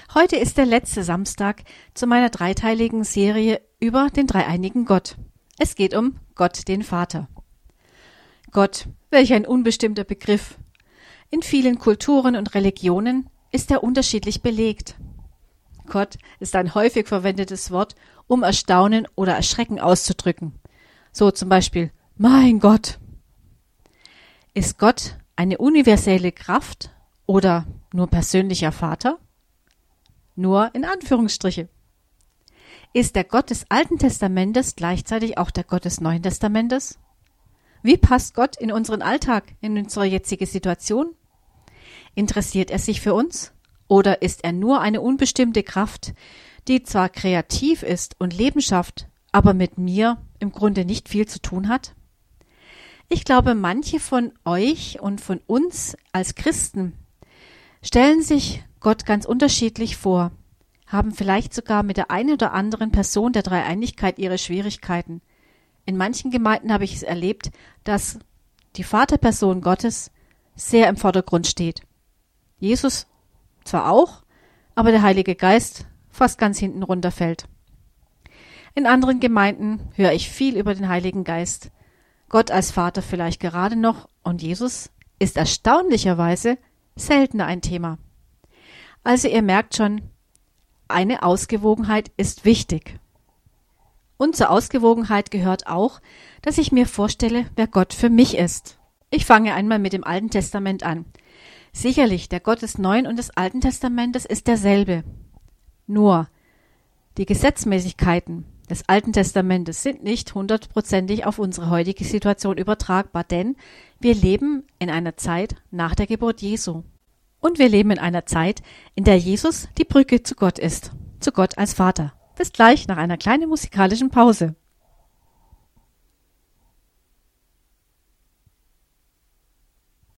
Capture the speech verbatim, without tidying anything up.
Heute ist der letzte Samstag zu meiner dreiteiligen Serie über den dreieinigen Gott. Es geht um Gott, den Vater. Gott, welch ein unbestimmter Begriff. In vielen Kulturen und Religionen ist er unterschiedlich belegt. Gott ist ein häufig verwendetes Wort, um Erstaunen oder Erschrecken auszudrücken. So zum Beispiel, mein Gott. Ist Gott eine universelle Kraft oder nur persönlicher Vater? Nur in Anführungsstriche. Ist der Gott des Alten Testamentes gleichzeitig auch der Gott des Neuen Testamentes? Wie passt Gott in unseren Alltag, in unsere jetzige Situation? Interessiert er sich für uns? Oder ist er nur eine unbestimmte Kraft, die zwar kreativ ist und Leben schafft, aber mit mir im Grunde nicht viel zu tun hat? Ich glaube, manche von euch und von uns als Christen stellen sich Gott ganz unterschiedlich vor, haben vielleicht sogar mit der einen oder anderen Person der Dreieinigkeit ihre Schwierigkeiten. In manchen Gemeinden habe ich es erlebt, dass die Vaterperson Gottes sehr im Vordergrund steht. Jesus zwar auch, aber der Heilige Geist fast ganz hinten runterfällt. In anderen Gemeinden höre ich viel über den Heiligen Geist. Gott als Vater vielleicht gerade noch und Jesus ist erstaunlicherweise seltener ein Thema. Also ihr merkt schon, eine Ausgewogenheit ist wichtig. Und zur Ausgewogenheit gehört auch, dass ich mir vorstelle, wer Gott für mich ist. Ich fange einmal mit dem Alten Testament an. Sicherlich, der Gott des Neuen und des Alten Testamentes ist derselbe. Nur, die Gesetzmäßigkeiten des Alten Testamentes sind nicht hundertprozentig auf unsere heutige Situation übertragbar, denn wir leben in einer Zeit nach der Geburt Jesu. Und wir leben in einer Zeit, in der Jesus die Brücke zu Gott ist, zu Gott als Vater. Bis gleich nach einer kleinen musikalischen Pause.